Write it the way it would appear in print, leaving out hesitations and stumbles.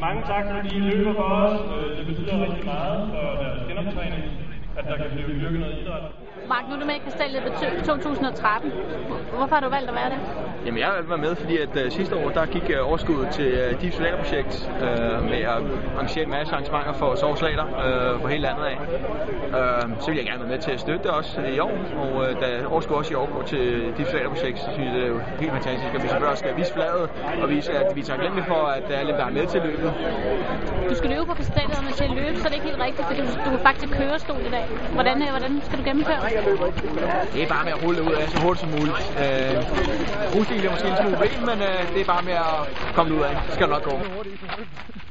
Mange tak, fordi I løber for os. Det betyder rigtig meget for deres genoptræning, at der kan blive dyrket noget idræt. Mark, nu er du med i Kastellet 2013. Hvorfor har du valgt at være det? Jamen, jeg var med, fordi at sidste år, der gik overskuddet til DIF Soldaterprojekt med at arrangere en masse arrangementer for sovslater på hele landet af. Så vil jeg gerne være med til at støtte det også i år, og da overskuddet også i år går til DIF Soldaterprojekt, så synes jeg, det er jo helt fantastisk, at vi selvfølgelig også skal vise flaget og vise, at vi er taknemmelige for, at alle der er med til løbet. Du skal løbe på Kastellet, og til at løbe, så er det ikke helt rigtigt, fordi du er faktisk kørestol i dag. Hvordan skal du gennemføre? Det er bare med at rulle ud af så hurtigt som muligt. Rusdelen er måske en smule ben, men det er bare med at komme ud af. Det skal nok gå.